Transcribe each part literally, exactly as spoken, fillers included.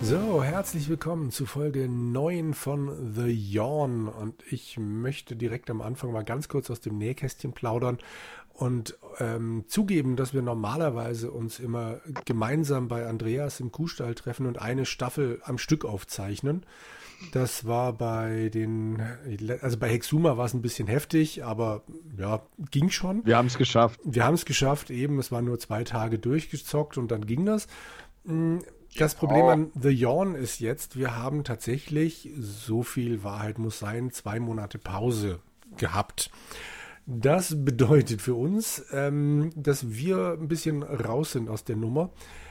So, herzlich willkommen zu Folge neun von The Yawn und ich möchte direkt am Anfang mal ganz kurz aus dem Nähkästchen plaudern und ähm, zugeben, dass wir normalerweise uns immer gemeinsam bei Andreas im Kuhstall treffen und eine Staffel am Stück aufzeichnen. Das war bei den, also bei Hexuma war es ein bisschen heftig, aber ja, ging schon. Wir haben es geschafft. Wir haben es geschafft, eben, es waren nur zwei Tage durchgezockt und dann ging das. Das Problem an The Yawn ist jetzt, wir haben tatsächlich, so viel Wahrheit muss sein, zwei Monate Pause gehabt. Das bedeutet für uns, ähm, dass wir ein bisschen raus sind aus der Nummer.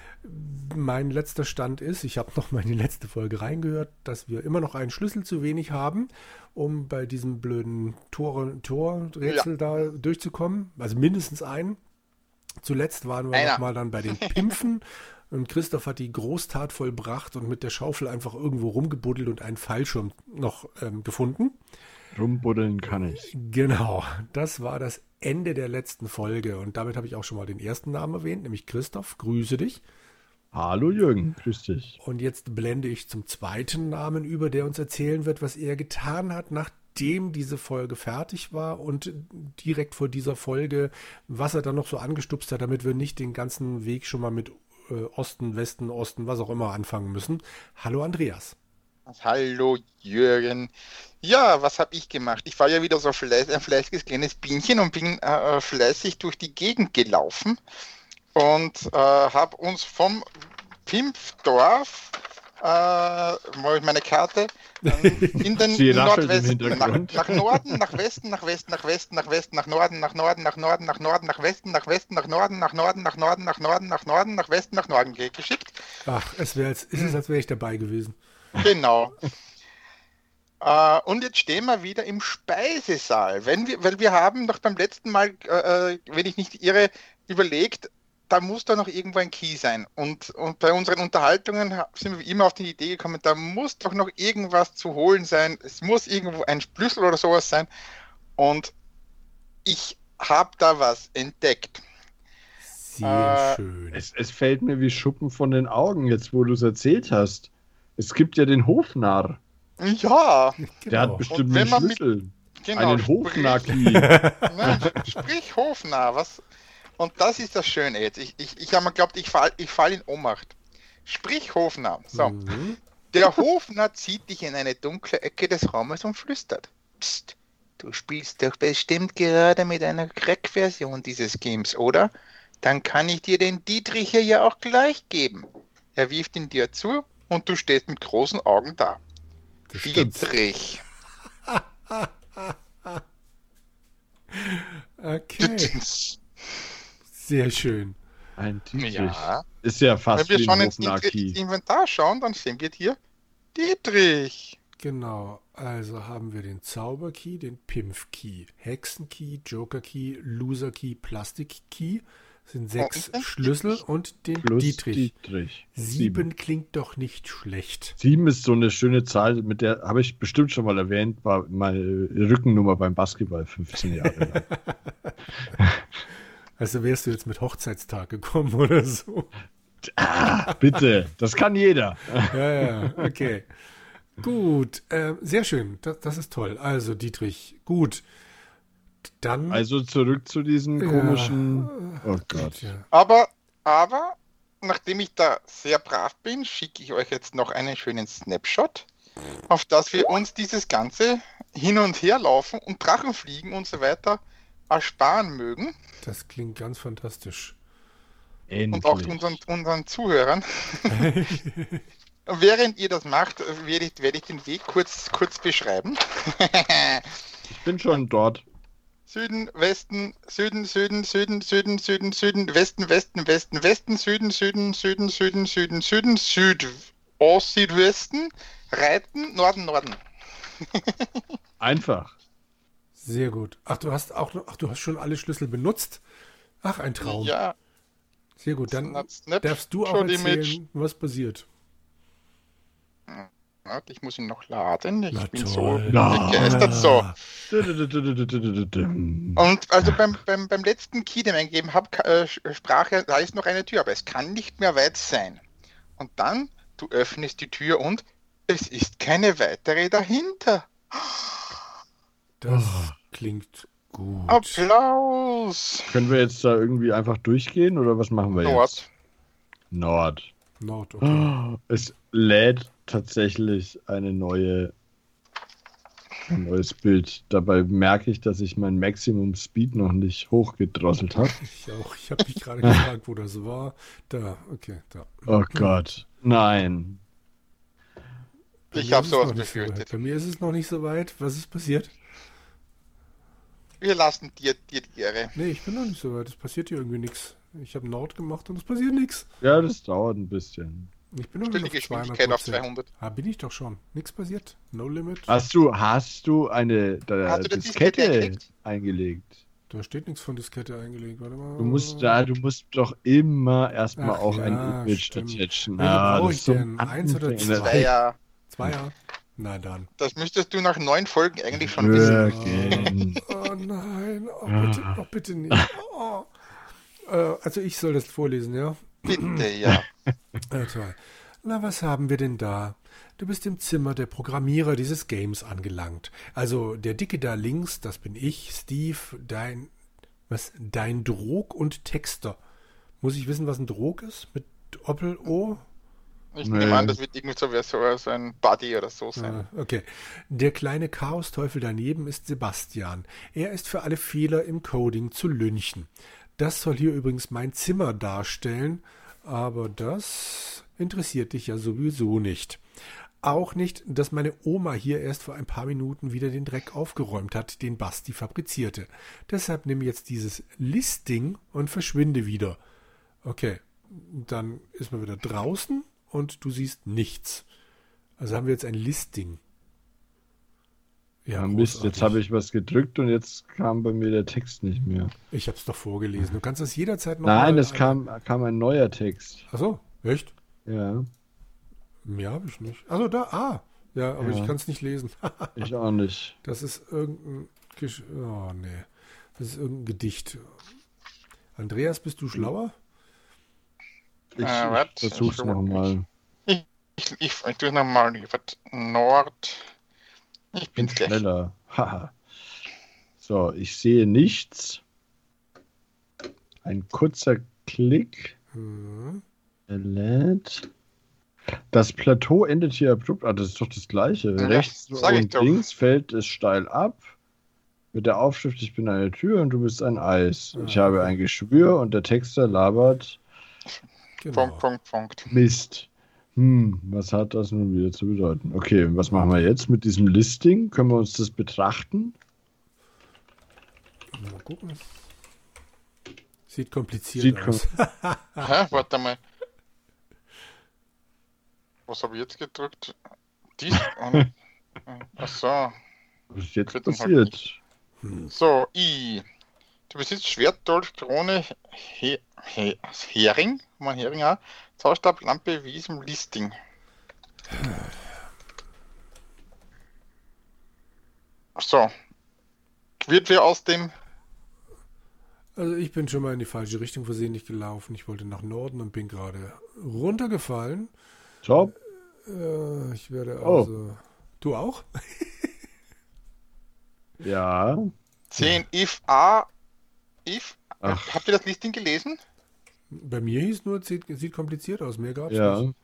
Mein letzter Stand ist, ich habe noch mal in die letzte Folge reingehört, dass wir immer noch einen Schlüssel zu wenig haben, um bei diesem blöden Tor, Torrätsel ja. da durchzukommen. Also mindestens einen. Zuletzt waren wir noch mal dann bei den Pimpfen. Und Christoph hat die Großtat vollbracht und mit der Schaufel einfach irgendwo rumgebuddelt und einen Fallschirm noch ähm, gefunden. Rumbuddeln kann ich. Genau, das war das Ende der letzten Folge. Und damit habe ich auch schon mal den ersten Namen erwähnt, nämlich Christoph. Grüße dich. Hallo Jürgen, grüß dich. Und jetzt blende ich zum zweiten Namen über, der uns erzählen wird, was er getan hat, nachdem diese Folge fertig war und direkt vor dieser Folge, was er dann noch so angestupst hat, damit wir nicht den ganzen Weg schon mal mit Osten, Westen, Osten, was auch immer anfangen müssen. Hallo Andreas. Hallo Jürgen. Ja, was habe ich gemacht? Ich war ja wieder so fleiß, ein fleißiges kleines Bienchen und bin äh, fleißig durch die Gegend gelaufen und äh, habe uns vom Pimpfdorf, äh, mal meine Karte, äh, in den Nordwesten, nach, nach Norden, nach Westen, nach Westen, nach Westen, nach Westen, nach Norden, nach Norden, nach Norden, nach Norden, nach Westen, nach Westen, nach Norden, nach Norden, nach Norden, nach Norden, nach Norden, nach Westen, nach Norden geschickt. Ach, es wäre jetzt, ist es, als wäre ich dabei gewesen. Genau. Uh, und jetzt stehen wir wieder im Speisesaal, wenn wir, weil wir haben noch beim letzten Mal, äh, wenn ich nicht irre, überlegt, da muss da noch irgendwo ein Key sein. Und, und bei unseren Unterhaltungen sind wir immer auf die Idee gekommen, da muss doch noch irgendwas zu holen sein. Es muss irgendwo ein Schlüssel oder sowas sein. Und ich habe da was entdeckt. Sehr äh, schön. Es, es fällt mir wie Schuppen von den Augen, jetzt wo du es erzählt hast. Es gibt ja den Hofnarr. Ja. Genau. Der hat bestimmt einen Schlüssel. Mit, genau, einen Hofnarr-Key. Nein, sprich Hofnarr, was... Und das ist das Schöne jetzt. Ich, ich, ich habe mir geglaubt, ich falle ich fall in Ohnmacht. Sprich Hofnarr. So. Mhm. Der Hofnarr zieht dich in eine dunkle Ecke des Raumes und flüstert. Psst, du spielst doch bestimmt gerade mit einer Crack-Version dieses Games, oder? Dann kann ich dir den Dietrich hier ja auch gleich geben. Er wirft ihn dir zu und du stehst mit großen Augen da. Das Dietrich. Okay. Sehr schön. Ein Dietrich. Ja. Ist ja fast Wenn wir wie schon ein ins Hofnarr-Key. Inventar schauen, dann sehen wir hier Dietrich. Genau, also haben wir den Zauberkey, den Pimpf-Key, Hexenkey, Joker-Key, Loser-Key, Plastik-Key. Das sind sechs oh, Schlüssel und den Plus Dietrich. Dietrich. Sieben, Sieben klingt doch nicht schlecht. Sieben ist so eine schöne Zahl, mit der habe ich bestimmt schon mal erwähnt, war meine Rückennummer beim Basketball fünfzehn Jahre lang. Also wärst du jetzt mit Hochzeitstag gekommen oder so? Ah, bitte, das kann jeder. Ja, ja, okay. Gut, äh, sehr schön, das, das ist toll. Also Dietrich, gut. Dann... Also zurück zu diesem ja, komischen... Oh Gott. Ja. Aber, aber, nachdem ich da sehr brav bin, schicke ich euch jetzt noch einen schönen Snapshot, auf das wir uns dieses ganze Hin- und Herlaufen und Drachenfliegen und so weiter ersparen mögen. Das klingt ganz fantastisch. Endlich. Und auch unseren, unseren Zuhörern. Während ihr das macht, werde ich, werde ich den Weg kurz, kurz beschreiben. Ich bin schon dort. Süden, Westen, Süden, Süden, Süden, Süden, Süden, Süden, Westen, Westen, Westen, Westen, Süden, Süden, Süden, Süden, Süden, Süden, Süd, Ost, Südwesten, Reiten, Norden, Norden. Einfach. Sehr gut. Ach, du hast auch noch, ach, du hast schon alle Schlüssel benutzt? Ach, ein Traum. Ja. Sehr gut, dann Snap, snap, darfst du auch schon erzählen, Image. was passiert. Warte, ich muss ihn noch laden. Ich Na bin toll. so begeistert. So. Und Und also beim, beim, beim letzten Key, den ich eingegeben habe, äh, sprach er, da ist noch eine Tür, aber es kann nicht mehr weit sein. Und dann Du öffnest die Tür und es ist keine weitere dahinter. Das klingt gut. Applaus! Können wir jetzt da irgendwie einfach durchgehen oder was machen wir jetzt? Nord. Nord. Nord, okay. Es lädt tatsächlich eine neue, ein neues Bild. Dabei merke ich, dass ich mein Maximum Speed noch nicht hochgedrosselt habe. Ich auch. Ich habe mich gerade gefragt, wo das war. Da, okay, da. Oh Gott, nein. Bei Ich mir habe ist es sowas noch nicht so weit. befürchtet. Bei mir ist es noch nicht so weit. Was ist passiert? Wir lassen dir, dir die Ehre. Nee, ich bin noch nicht so weit. Es passiert hier irgendwie nichts. Ich habe Nord gemacht und es passiert nichts. Ja, das dauert ein bisschen. Ich bin noch Stell die nicht auf Geschwindigkeit auf zweihundert zweihundert. Ah, bin ich doch schon. Nichts passiert. No limit. Hast du, hast du eine da, Hast du die Diskette Diskette eingelegt? eingelegt? Da steht nichts von Diskette eingelegt. Warte mal. Du musst da, du musst doch immer erstmal Ach auch ja, ein Image stimmt. attachen. Welche Ah, brauche das ich ist so denn? ein Eins oder Anfänger. zwei? Zwei, ja. Zweier? Na dann. Das müsstest du nach neun Folgen eigentlich schon wissen. Wirklich. Oh nein. Oh, bitte, oh, bitte nicht. Oh. Äh, also ich soll das vorlesen, ja? Bitte, ja. Ja, toll. Na, was haben wir denn da? Du bist im Zimmer der Programmierer dieses Games angelangt. Also der Dicke da links, das bin ich, Steve, dein, was, dein Drog und Texter. Muss ich wissen, was ein Drog ist? Mit Doppel-O? Ich Nee. nehme an, das wird irgendwie so, so, so ein Buddy oder so sein. Ah, okay. Der kleine Chaosteufel daneben ist Sebastian. Er ist für alle Fehler im Coding zu lynchen. Das soll hier übrigens mein Zimmer darstellen, aber das interessiert dich ja sowieso nicht. Auch nicht, dass meine Oma hier erst vor ein paar Minuten wieder den Dreck aufgeräumt hat, den Basti fabrizierte. Deshalb nimm jetzt dieses Listing und verschwinde wieder. Okay, dann ist man wieder draußen und du siehst nichts. Also haben wir jetzt ein Listing. Ja, Mist, jetzt habe ich was gedrückt und jetzt kam bei mir der Text nicht mehr. Ich habe es doch vorgelesen. Du kannst das jederzeit noch Nein, mal es kam, kam ein neuer Text. Ach so, echt? Ja, Mehr habe ich nicht. Also da, ah. Ja, aber Ja. ich kann es nicht lesen. ich auch nicht. Das ist irgendein Gesch Oh, nee. Das ist irgendein Gedicht. Andreas, bist du schlauer? Ich, Äh, ich warte, versuch's ich- nochmal. Ich, ich, ich tue nochmal. Nord. Ich Bin bin's gleich. schneller. Haha. So, ich sehe nichts. Ein kurzer Klick. Hm. Er lädt. Das Plateau endet hier abrupt. Ah, das ist doch das gleiche. Ja, Rechts sag ich und doch. links fällt es steil ab. Mit der Aufschrift: Ich bin eine Tür und du bist ein Eis. Ich Ah, habe okay. ein Geschwür und der Texter labert Genau. Punkt, Punkt, Punkt. Mist. Hm, was hat das nun wieder zu bedeuten? Okay, was machen wir jetzt mit diesem Listing? Können wir uns das betrachten? Mal gucken. Sieht kompliziert Sieht aus. Hä? Warte mal. Was habe ich jetzt gedrückt? Dies und. Achso. Was ist jetzt Wird dann halt passiert? Hm. So, I. Du besitzt Schwert, Dolch, Krone, He He Hering, mal Hering auch, Zauberstab, Lampe, Wiesem, Listing. So. Wird wir aus dem. Also ich bin schon mal in die falsche Richtung versehentlich gelaufen. Ich wollte nach Norden und bin gerade runtergefallen. Top. Äh, ich werde Oh. also... Du auch? Ja. zehn if A. If. Ach. Habt ihr das Listing gelesen? Bei mir hieß nur, sieht, sieht kompliziert aus. Mehr gab's Ja. nicht.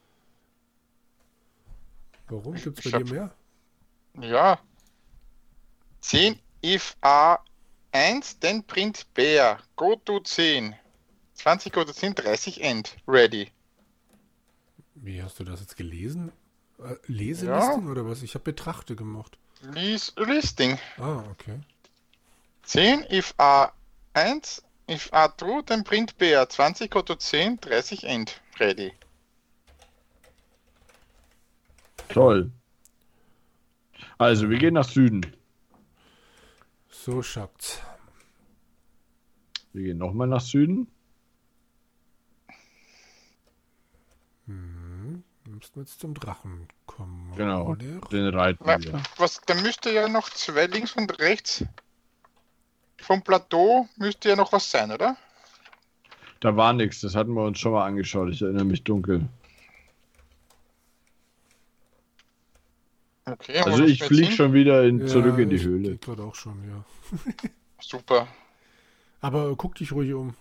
Warum? Gibt's Ich bei hab- dir mehr? Ja. zehn if A eins, then print bear. Go to zehn. zwanzig go to zehn, dreißig end. Ready. Wie hast du das jetzt gelesen? Äh, Leselisting oder was? Ich habe Betrachte gemacht. Lis Listing. Ah, okay. zehn if A eins, if A true, then print bear. zwanzig go to zehn, dreißig end. Ready. Toll. Also, wir gehen nach Süden. So schaut's. Wir gehen nochmal nach Süden. Hm. Müssten wir jetzt zum Drachen kommen. Genau. Oder? Den reiten Na, wir. was, da müsste ja noch zwei links und rechts vom Plateau müsste ja noch was sein, oder? Da war nichts. Das hatten wir uns schon mal angeschaut. Ich erinnere mich dunkel. Okay, Also ich fliege schon wieder in, Ja, zurück in die ich Höhle. geh gerade auch schon, ja. Super. Aber guck dich ruhig um.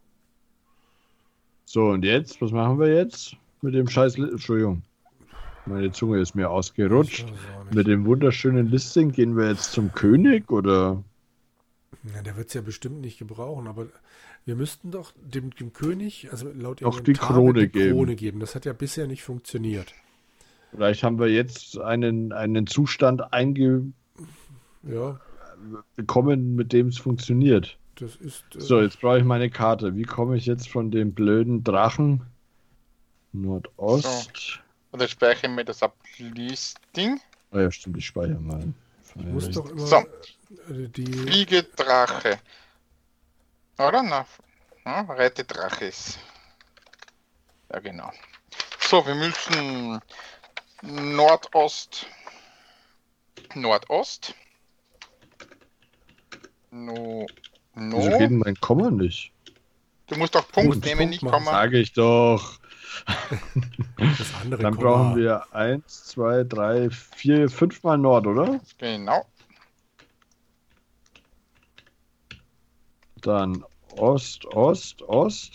So, und jetzt? Was machen wir jetzt? Mit dem scheiß... Li- Entschuldigung. Meine Zunge ist mir Ich ausgerutscht. weiß es auch nicht. Mit dem wunderschönen Listing gehen wir jetzt zum König, oder? Ja, der wird es ja bestimmt nicht gebrauchen, aber wir müssten doch dem, dem König, also laut Doch die Inventar, Krone die geben. Krone geben. Das hat ja bisher nicht funktioniert. Vielleicht haben wir jetzt einen, einen Zustand eingebekommen, Ja, mit dem es funktioniert. das ist. Äh, So, jetzt brauche ich meine Karte. Wie komme ich jetzt von dem blöden Drachen? Nordost. Und jetzt speichere ich mir das ab. Listing. Oh ja, stimmt, ich speichere mal. muss doch immer So. äh, die. Fliege Drache. Oder? Na, ja, reite Draches. Ja, genau. So, wir müssen Nordost. Nordost. No. No. Wieso geht denn mein Komma nicht? Du musst auch musst Punkt einen nehmen, Punkt nicht machen. Komma. Sage ich doch. Das andere Dann Komma. brauchen wir eins, zwei, drei, vier, fünfmal Nord, oder? Genau. Dann Ost, Ost, Ost.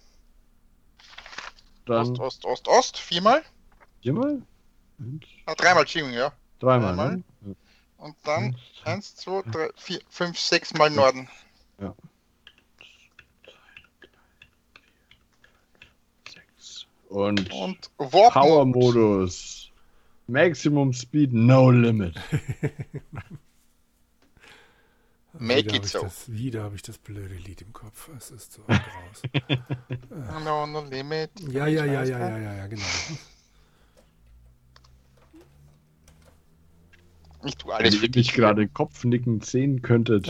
Dann Ost, Ost, Ost, Ost. Viermal. viermal? Eins, Ah, dreimal, Entschuldigung, ja. dreimal, Dreimal. ne? Und dann eins, zwei, drei, vier, fünf, sechs Mal Norden. Ja. Sechs. Und, Und Warp. Power-Modus. Maximum Speed, no limit. Make wieder it hab ich so. Das, wieder habe ich das blöde Lied im Kopf. Es ist so raus. No, no limit. Ja, ja, ja, ja, ja, ja, ja, genau. Ich tue Wenn alles ihr für mich dich. gerade kopfnickend sehen könntet.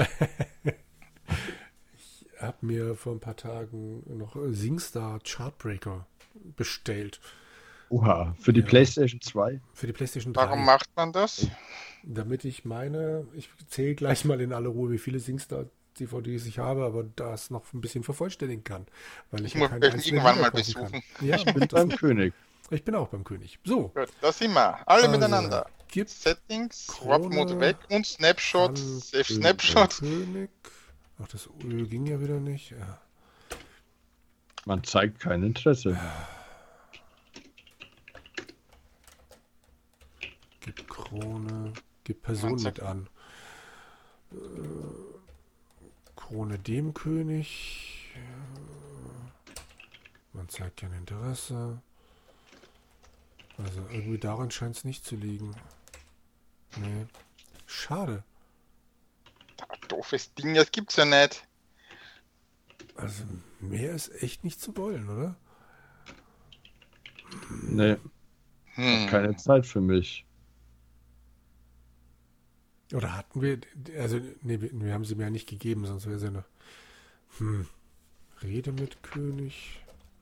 Ich habe mir vor ein paar Tagen noch äh, SingStar Chartbreaker bestellt. Oha, für die Ja. PlayStation zwei. Für die PlayStation drei. Warum macht man das? Damit ich meine, ich zähle gleich mal in aller Ruhe, wie viele SingStar-D V Ds ich habe, aber das noch ein bisschen vervollständigen kann. Weil ich, Ich ja muss keine euch einzelnen irgendwann Lieder mal kaufen kann. besuchen. Ja, Ich bin beim König. ich bin auch beim König. So. Gut, da sind wir. Alle Also, miteinander. Gib Settings, Krone Warp Mode weg und Snapshot, an Save König. Snapshot. König. Ach, das Öl ging ja wieder nicht. Ja. Man zeigt kein Interesse. Gib Krone. Gib Person Man sagt- mit an. Äh, Krone dem König. Ja. Man zeigt kein Interesse. Also irgendwie daran scheint es nicht zu liegen. Nee. Schade. Doofes Ding, das gibt's ja nicht. Also mehr ist echt nicht zu wollen, oder? Nee, Hm. keine Zeit für mich. Oder hatten wir, also nee, wir, wir haben sie mir ja nicht gegeben, sonst wäre sie eine hm, Rede mit König.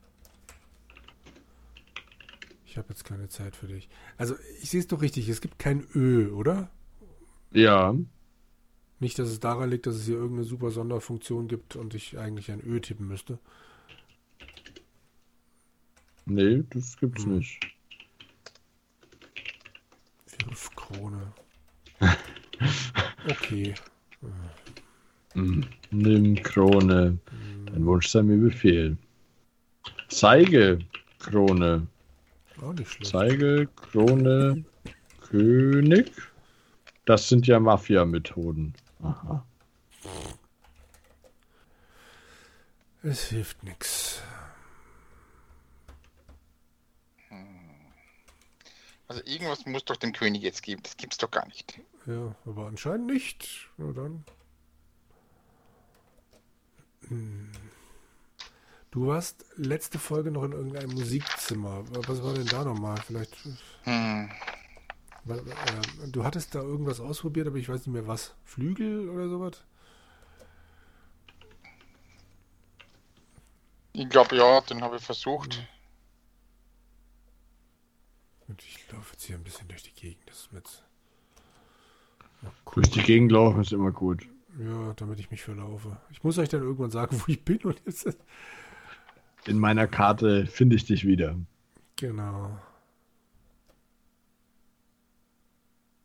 Ich habe jetzt keine Zeit für dich. Also ich sehe es doch richtig, es gibt kein Ö, oder? Ja, Nicht, dass es daran liegt, dass es hier irgendeine super Sonderfunktion gibt und ich eigentlich ein Ö tippen müsste. nee, das gibt's Hm. nicht. Wirf Krone. Okay. Hm. Nimm Krone. Dein Wunsch sei mir Befehl. Zeige Krone. Auch nicht schlecht. Zeige Krone König. Das sind ja Mafia-Methoden. Aha. Es hilft nichts. Also irgendwas muss doch dem König jetzt geben. Das gibt's doch gar nicht. Ja, aber anscheinend nicht. Na dann. Hm. Du warst letzte Folge noch in irgendeinem Musikzimmer. Was war denn da nochmal? Vielleicht. Hm. Weil, äh, du hattest da irgendwas ausprobiert, aber ich weiß nicht mehr was. Flügel oder sowas? Ich glaube ja, den habe ich versucht. Und ich laufe jetzt hier ein bisschen durch die Gegend. Das ist mit. Ja, cool. Durch die Gegend laufen ist immer gut. Ja, damit ich mich verlaufe. Ich muss euch dann irgendwann sagen, wo ich bin und jetzt. In meiner Karte finde ich dich wieder. Genau.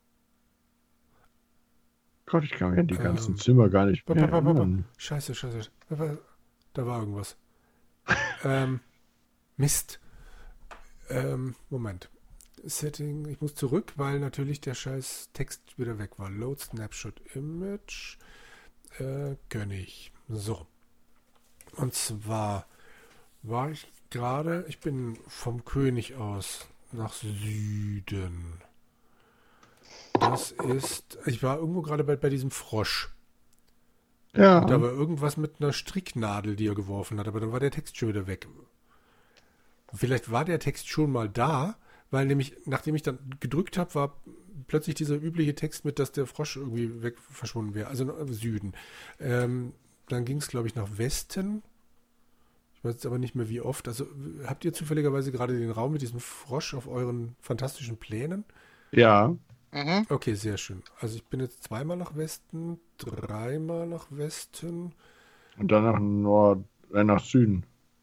Gott, ich kann mich an die ganzen Ähm, Zimmer gar nicht ba, mehr ba, ba, ba, ba. erinnern. Scheiße, scheiße. Da war, da war irgendwas. ähm, Mist. Ähm, Moment. Setting, ich muss zurück, weil natürlich der scheiß Text wieder weg war. Load Snapshot Image. Äh, gönn ich. So. Und zwar war ich gerade, ich bin vom König aus nach Süden. Das ist, ich war irgendwo gerade bei, bei diesem Frosch. Ja. Und da war irgendwas mit einer Stricknadel, die er geworfen hat, aber dann war der Text schon wieder weg. Vielleicht war der Text schon mal da, weil nämlich, nachdem ich dann gedrückt habe, war plötzlich dieser übliche Text mit, dass der Frosch irgendwie weg verschwunden wäre. Also nach Süden. Ähm, dann ging es, glaube ich, nach Westen. Ich weiß jetzt aber nicht mehr, wie oft. Also habt ihr zufälligerweise gerade den Raum mit diesem Frosch auf euren fantastischen Plänen? Ja. Mhm. Okay, sehr schön. Also ich bin jetzt zweimal nach Westen, dreimal nach Westen. Und dann nach Nord, äh, nach Süden.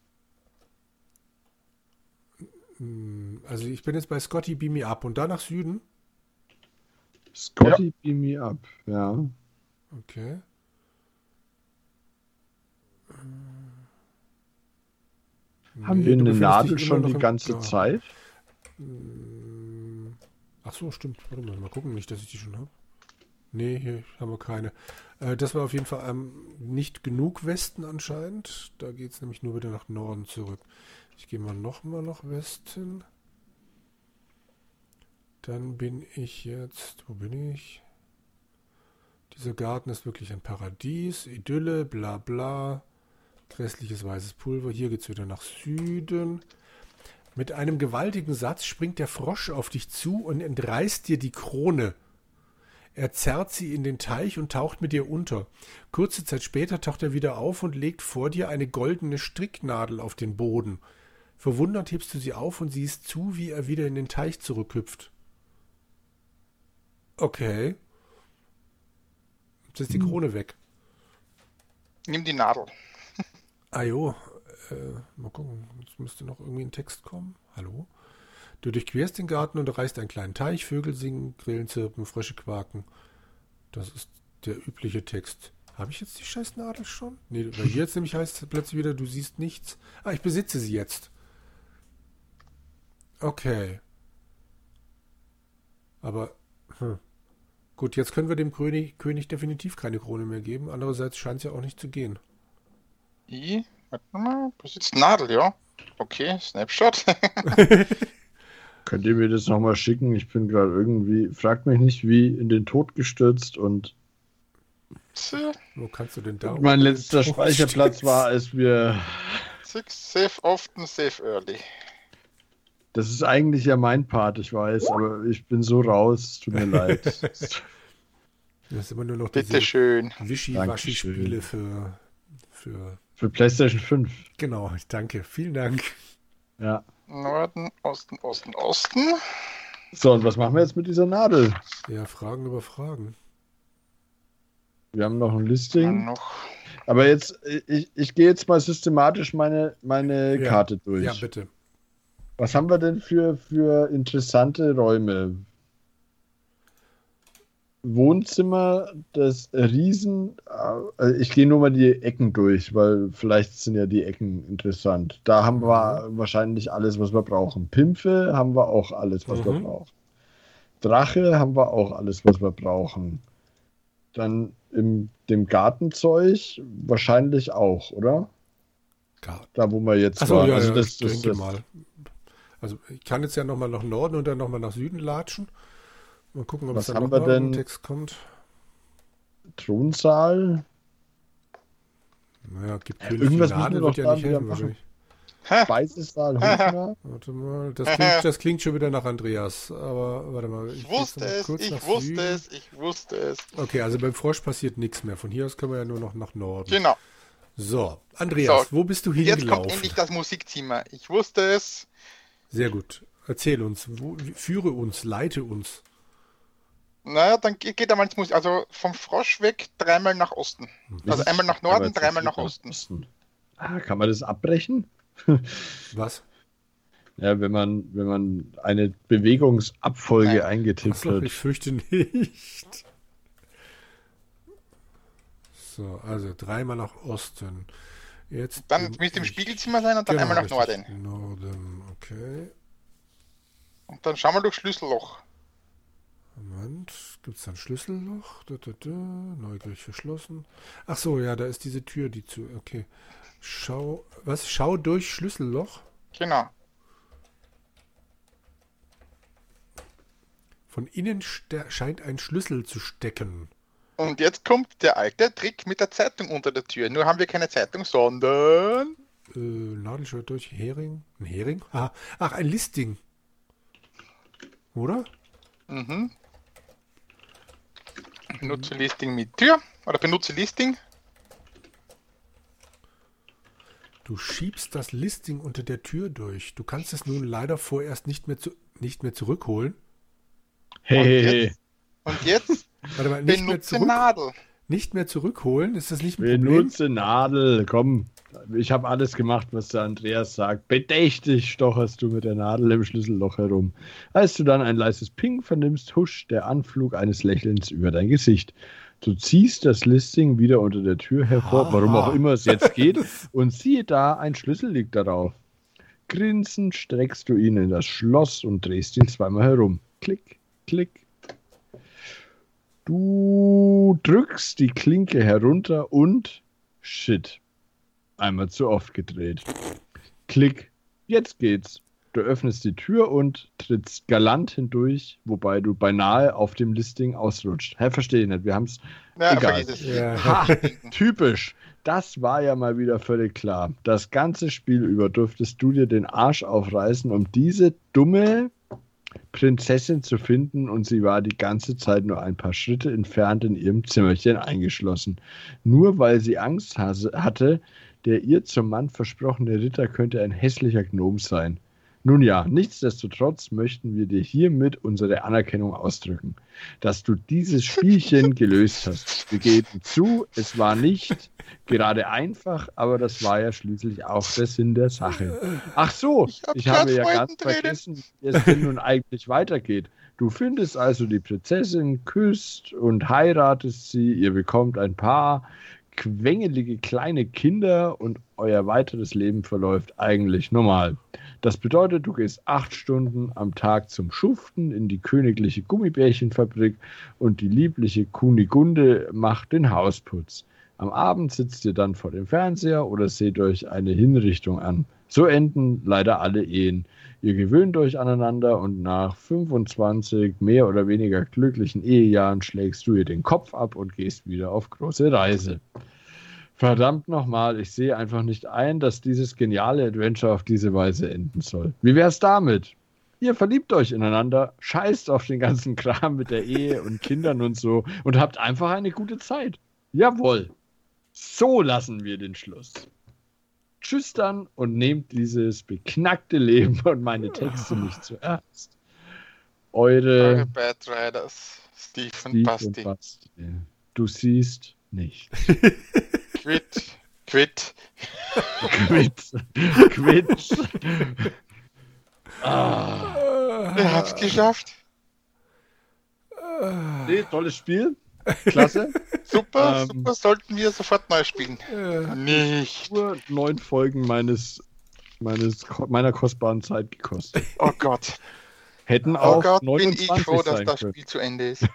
Hm, Also ich bin jetzt bei Scotty Beam Me Up und da nach Süden. Scotty Beam Me Up, ja. Okay. Haben Nee, wir du eine befindest Nadel dich immer schon noch die im- ganze da. Zeit? Hm, Ach so, stimmt. Warte mal, mal gucken, nicht, dass ich die schon habe. Nee, hier haben wir keine. Äh, das war auf jeden Fall ähm, nicht genug Westen anscheinend. Da geht es nämlich nur wieder nach Norden zurück. Ich gehe mal nochmal nach Westen. Dann bin ich jetzt, wo bin ich? Dieser Garten ist wirklich ein Paradies, Idylle, bla bla. Grässliches weißes Pulver. Hier geht es wieder nach Süden. Mit einem gewaltigen Satz springt der Frosch auf dich zu und entreißt dir die Krone. Er zerrt sie in den Teich und taucht mit dir unter. Kurze Zeit später taucht er wieder auf und legt vor dir eine goldene Stricknadel auf den Boden. Verwundert hebst du sie auf und siehst zu, wie er wieder in den Teich zurückhüpft. Okay. Jetzt ist die Krone weg. Nimm die Nadel. Ah jo, äh, mal gucken, jetzt müsste noch irgendwie ein Text kommen. Hallo? Du durchquerst den Garten und erreichst einen kleinen Teich, Vögel singen, Grillen zirpen, Frösche quaken. Das ist der übliche Text. Habe ich jetzt die Scheißnadel schon? Nee, weil hier jetzt nämlich heißt es plötzlich wieder, du siehst nichts. Ah, ich besitze sie jetzt. Okay. Aber, hm. Gut, jetzt können wir dem König, König definitiv keine Krone mehr geben. Andererseits scheint es ja auch nicht zu gehen. I, warte mal, besitzt Nadel, ja. Okay, Snapshot. Könnt ihr mir das nochmal schicken? Ich bin gerade irgendwie, fragt mich nicht, wie in den Tod gestürzt und Wo kannst du denn da? mein unten letzter den Tod Speicherplatz stürzen? war, als wir. Six, save often, save early. Das ist eigentlich ja mein Part, ich weiß, aber ich bin so raus, es tut mir leid. Das ist immer nur noch diese Bitteschön. Wischi-Waschi-Spiele für, für. Für PlayStation fünf. Genau, danke. Vielen Dank. Ja. Norden, Osten, Osten, Osten. So, und was machen wir jetzt mit dieser Nadel? Ja, Fragen über Fragen. Wir haben noch ein Dann Listing. noch. Aber jetzt, ich, ich gehe jetzt mal systematisch meine, meine Ja. Karte durch. Ja, bitte. Was haben wir denn für, für interessante Räume? Wohnzimmer, das Riesen. äh, Ich gehe nur mal die Ecken durch, weil vielleicht sind ja die Ecken interessant. Da haben wir wahrscheinlich alles, was wir brauchen. Pimpfe haben wir auch alles, was wir Mhm. brauchen. Drache haben wir auch alles, was wir brauchen. Dann im dem Gartenzeug wahrscheinlich auch, oder? Gar- Da, wo wir jetzt Achso, waren. ja, also ja, das, ich das, denke das, mal. Also ich kann jetzt ja nochmal nach Norden und dann nochmal nach Süden latschen. Mal gucken, ob Was es dann haben noch wir mal ein denn? Text kommt. Thronsaal. Naja, gibt Ja, König irgendwas die müssen Nadel, wir wird doch ja da nicht wieder helfen machen. wahrscheinlich. Speisesaal, Hofner. Warte mal, das klingt, das klingt schon wieder nach Andreas. Aber warte mal. Ich geh jetzt wusste noch mal es, kurz ich nach wusste Süden. es, ich wusste es. Okay, also beim Frosch passiert nichts mehr. Von hier aus können wir ja nur noch nach Norden. Genau. So, Andreas, So, wo bist du Jetzt kommt hingelaufen? endlich das Musikzimmer. Ich wusste es. Sehr gut. Erzähl uns, wo, führe uns, leite uns. Naja, dann ge- geht er mal ins Musik. Also vom Frosch weg dreimal nach Osten. Also Mist, einmal nach aber Norden, jetzt dreimal geht's nach Osten. Ah, kann man das abbrechen? Was? Ja, wenn man, wenn man eine Bewegungsabfolge Nein. eingetippt Achso, hat. ich fürchte nicht. So, also dreimal nach Osten. Jetzt Dann bin müsste im ich- Spiegelzimmer sein und dann Genau, einmal nach richtig. Norden. Norden, okay. Und dann schauen wir durch Schlüsselloch. Moment, gibt es da ein Schlüsselloch? Da, da, da. Neugierig verschlossen. Ach so, ja, da ist diese Tür, die zu. Okay. Schau. Was? Schau durch Schlüsselloch? Genau. Von innen ste- scheint ein Schlüssel zu stecken. Und jetzt kommt der alte Trick mit der Zeitung unter der Tür. Nur haben wir keine Zeitung, sondern... Äh, Nadelschwert durch Hering. Ein Hering? Ah, ach, ein Listing. Oder? Mhm. Benutze Listing mit Tür. Oder benutze Listing. Du schiebst das Listing unter der Tür durch. Du kannst es nun leider vorerst nicht mehr, zu, nicht mehr zurückholen. Hey, Und jetzt Warte mal, nicht mehr, benutze zurück, Nadel. nicht mehr zurückholen? Ist das nicht ein Problem? benutze Nadel. Komm, ich habe alles gemacht, was der Andreas sagt. Bedächtig stocherst du mit der Nadel im Schlüsselloch herum. Als du dann ein leises Ping vernimmst, huscht der Anflug eines Lächelns über dein Gesicht. Du ziehst das Listing wieder unter der Tür hervor, warum auch immer es jetzt geht, und siehe da, ein Schlüssel liegt darauf. Grinsend streckst du ihn in das Schloss und drehst ihn zweimal herum. Klick, klick. Du drückst die Klinke herunter und shit. Einmal zu oft gedreht. Klick. Jetzt geht's. Du öffnest die Tür und trittst galant hindurch, wobei du beinahe auf dem Listing ausrutscht. Hä, verstehe ich nicht. Wir haben es. Ja, Egal. vergiss es. Ja. Ha, typisch. Das war ja mal wieder völlig klar. Das ganze Spiel über durftest du dir den Arsch aufreißen, um diese dumme Prinzessin zu finden, und sie war die ganze Zeit nur ein paar Schritte entfernt in ihrem Zimmerchen eingeschlossen. Nur weil sie Angst hatte, der ihr zum Mann versprochene Ritter könnte ein hässlicher Gnom sein. Nun ja, nichtsdestotrotz möchten wir dir hiermit unsere Anerkennung ausdrücken, dass du dieses Spielchen gelöst hast. Wir geben zu, es war nicht gerade einfach, aber das war ja schließlich auch der Sinn der Sache. Ach so, Ich hab ich habe ja grad ganz Freudentränen. vergessen, wie es denn nun eigentlich weitergeht. Du findest also die Prinzessin, küsst und heiratest sie, ihr bekommt ein paar quengelige kleine Kinder und euer weiteres Leben verläuft eigentlich normal. Das bedeutet, du gehst acht Stunden am Tag zum Schuften in die königliche Gummibärchenfabrik und die liebliche Kunigunde macht den Hausputz. Am Abend sitzt ihr dann vor dem Fernseher oder seht euch eine Hinrichtung an. So enden leider alle Ehen. Ihr gewöhnt euch aneinander und nach fünfundzwanzig mehr oder weniger glücklichen Ehejahren schlägst du ihr den Kopf ab und gehst wieder auf große Reise. Verdammt nochmal, ich sehe einfach nicht ein, dass dieses geniale Adventure auf diese Weise enden soll. Wie wär's damit? Ihr verliebt euch ineinander, scheißt auf den ganzen Kram mit der Ehe und Kindern und so und habt einfach eine gute Zeit. Jawohl. So lassen wir den Schluss. Tschüss dann und nehmt dieses beknackte Leben und meine Texte nicht zu ernst. Eure Eure Bad Riders, Steve und Steve Basti. und Basti. Du siehst nicht. Quit, quit. Quit. Quit. ah. Wir haben's geschafft. Nee, tolles Spiel. Klasse. Super, Ähm. super, sollten wir sofort neu spielen. Nicht. Nur neun Folgen meines, meines, meiner kostbaren Zeit gekostet. Oh Gott. Hätten Oh auch Gott, bin neunundzwanzig ich froh, dass sein das können. Spiel zu Ende ist.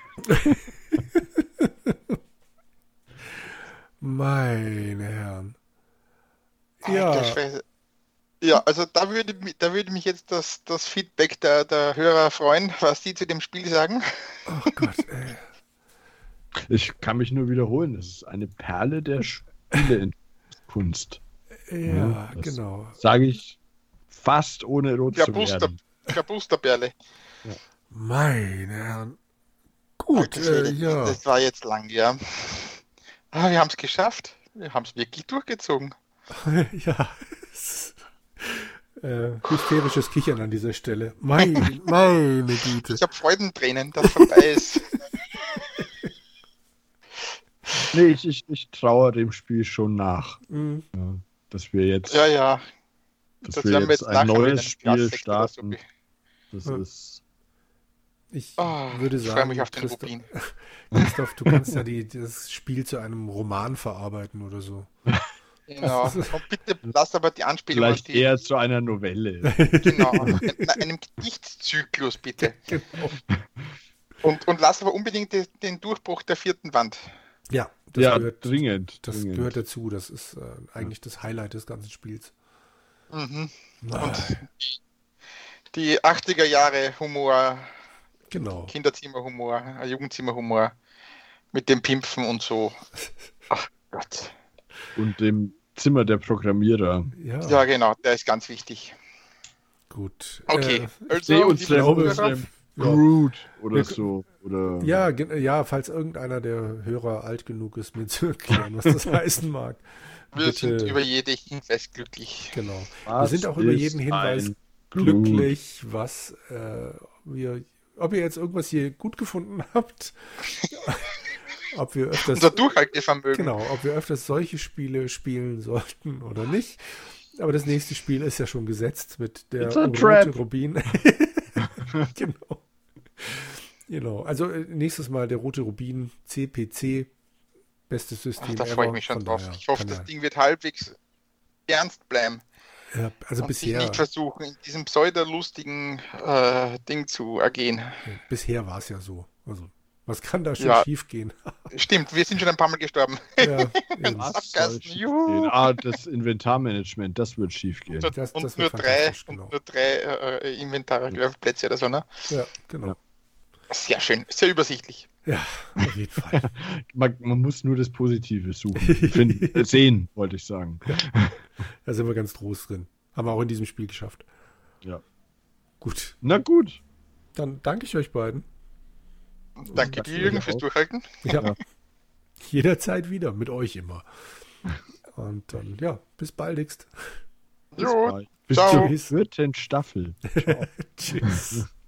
Meine Herren. Alter Ja, Schwede. Ja, also da würde, mi- da würde mich jetzt das, das Feedback der, der Hörer freuen, was die zu dem Spiel sagen. oh Gott, ey. Ich kann mich nur wiederholen, es ist eine Perle der Spielekunst. Ja, das genau. Sage ich fast ohne rot Der zu Booster, werden. der Boosterperle. Meine Herren. Gut, Alter äh, Schwede, ja. Das war jetzt lang, ja. Aber wir haben es geschafft. Wir haben es wirklich durchgezogen. ja. äh, hysterisches Kichern an dieser Stelle. Mein, meine Güte. Ich habe Freudentränen, dass vorbei ist. Nee, ich, ich, ich traue dem Spiel schon nach. Mhm. Ja, dass wir jetzt, Ja, ja. dass Das wir werden wir jetzt jetzt ein nachher mit neues einem Spiel Glas Sekt oder so starten. be- Das Ja. ist Ich Oh, würde ich freue sagen, mich auf den Christoph, Rubin. Christoph, du kannst ja die, das Spiel zu einem Roman verarbeiten oder so. Genau. Und bitte lass aber die Anspielung auf Vielleicht die, eher zu einer Novelle. genau, in einem Gedichtszyklus bitte. Genau. Und, und lass aber unbedingt den, den Durchbruch der vierten Wand. Ja, das, Ja, gehört, dringend. das dringend. gehört dazu. Das ist äh, eigentlich das Highlight des ganzen Spiels. Mhm. Ah, Und die achtziger Jahre Humor, genau. Kinderzimmerhumor, äh, Jugendzimmerhumor mit dem Pimpfen und so. Ach Gott. Und dem Zimmer der Programmierer. Ja, Ja, genau, der ist ganz wichtig. gut. Okay, Äh, also, Seh uns liebe dem, glaube, Zuhörer, dem ja. Groot oder Wir- so. Oder ja, ge- ja, falls irgendeiner der Hörer alt genug ist, mir zu erklären, was das heißen mag. wir Bitte. sind über jede Hinweis glücklich. Genau. Wir Was sind auch über ist jeden Hinweis ein glücklich, was äh, wir, ob ihr jetzt irgendwas hier gut gefunden habt, ob wir öfters, Unser Durchhaltevermögen. genau, ob wir öfters solche Spiele spielen sollten oder nicht. Aber das nächste Spiel ist ja schon gesetzt mit der It's a rote trap. Rubin. Genau. Genau. Also äh, nächstes Mal der rote Rubin C P C. Bestes Ach, System da ever. freue ich mich schon Von drauf. daher Ich hoffe, kann das er- Ding wird halbwegs ernst bleiben. Ja, also und sich bisher, nicht versuchen, in diesem pseudo-lustigen äh, Ding zu ergehen. bisher war es ja so. Also, was kann da schon Ja. schief gehen? Stimmt, wir sind schon ein paar Mal gestorben. Ja, eben. Was Sackgassen, soll schief juhu. gehen? Ah, das Inventarmanagement, das wird schief gehen. Und, Das- und das nur wird drei, fantastisch, und genau. nur drei äh, Inventarplätze oder so, ne? ja, genau. Ja. Sehr schön, sehr übersichtlich. Ja, auf jeden Fall. Man, man muss nur das Positive suchen. Finden, äh, sehen, wollte ich sagen. Da sind wir ganz groß drin. Haben wir auch in diesem Spiel geschafft. Ja. Gut, Na gut. dann danke ich euch beiden. Danke danke dir, Jürgen, dir fürs auch. Durchhalten. Ja, Ja. jederzeit wieder, mit euch immer. Und dann, ja, bis baldigst. Bis Jo, bald. Bis ciao. zur vierten Staffel. Tschüss.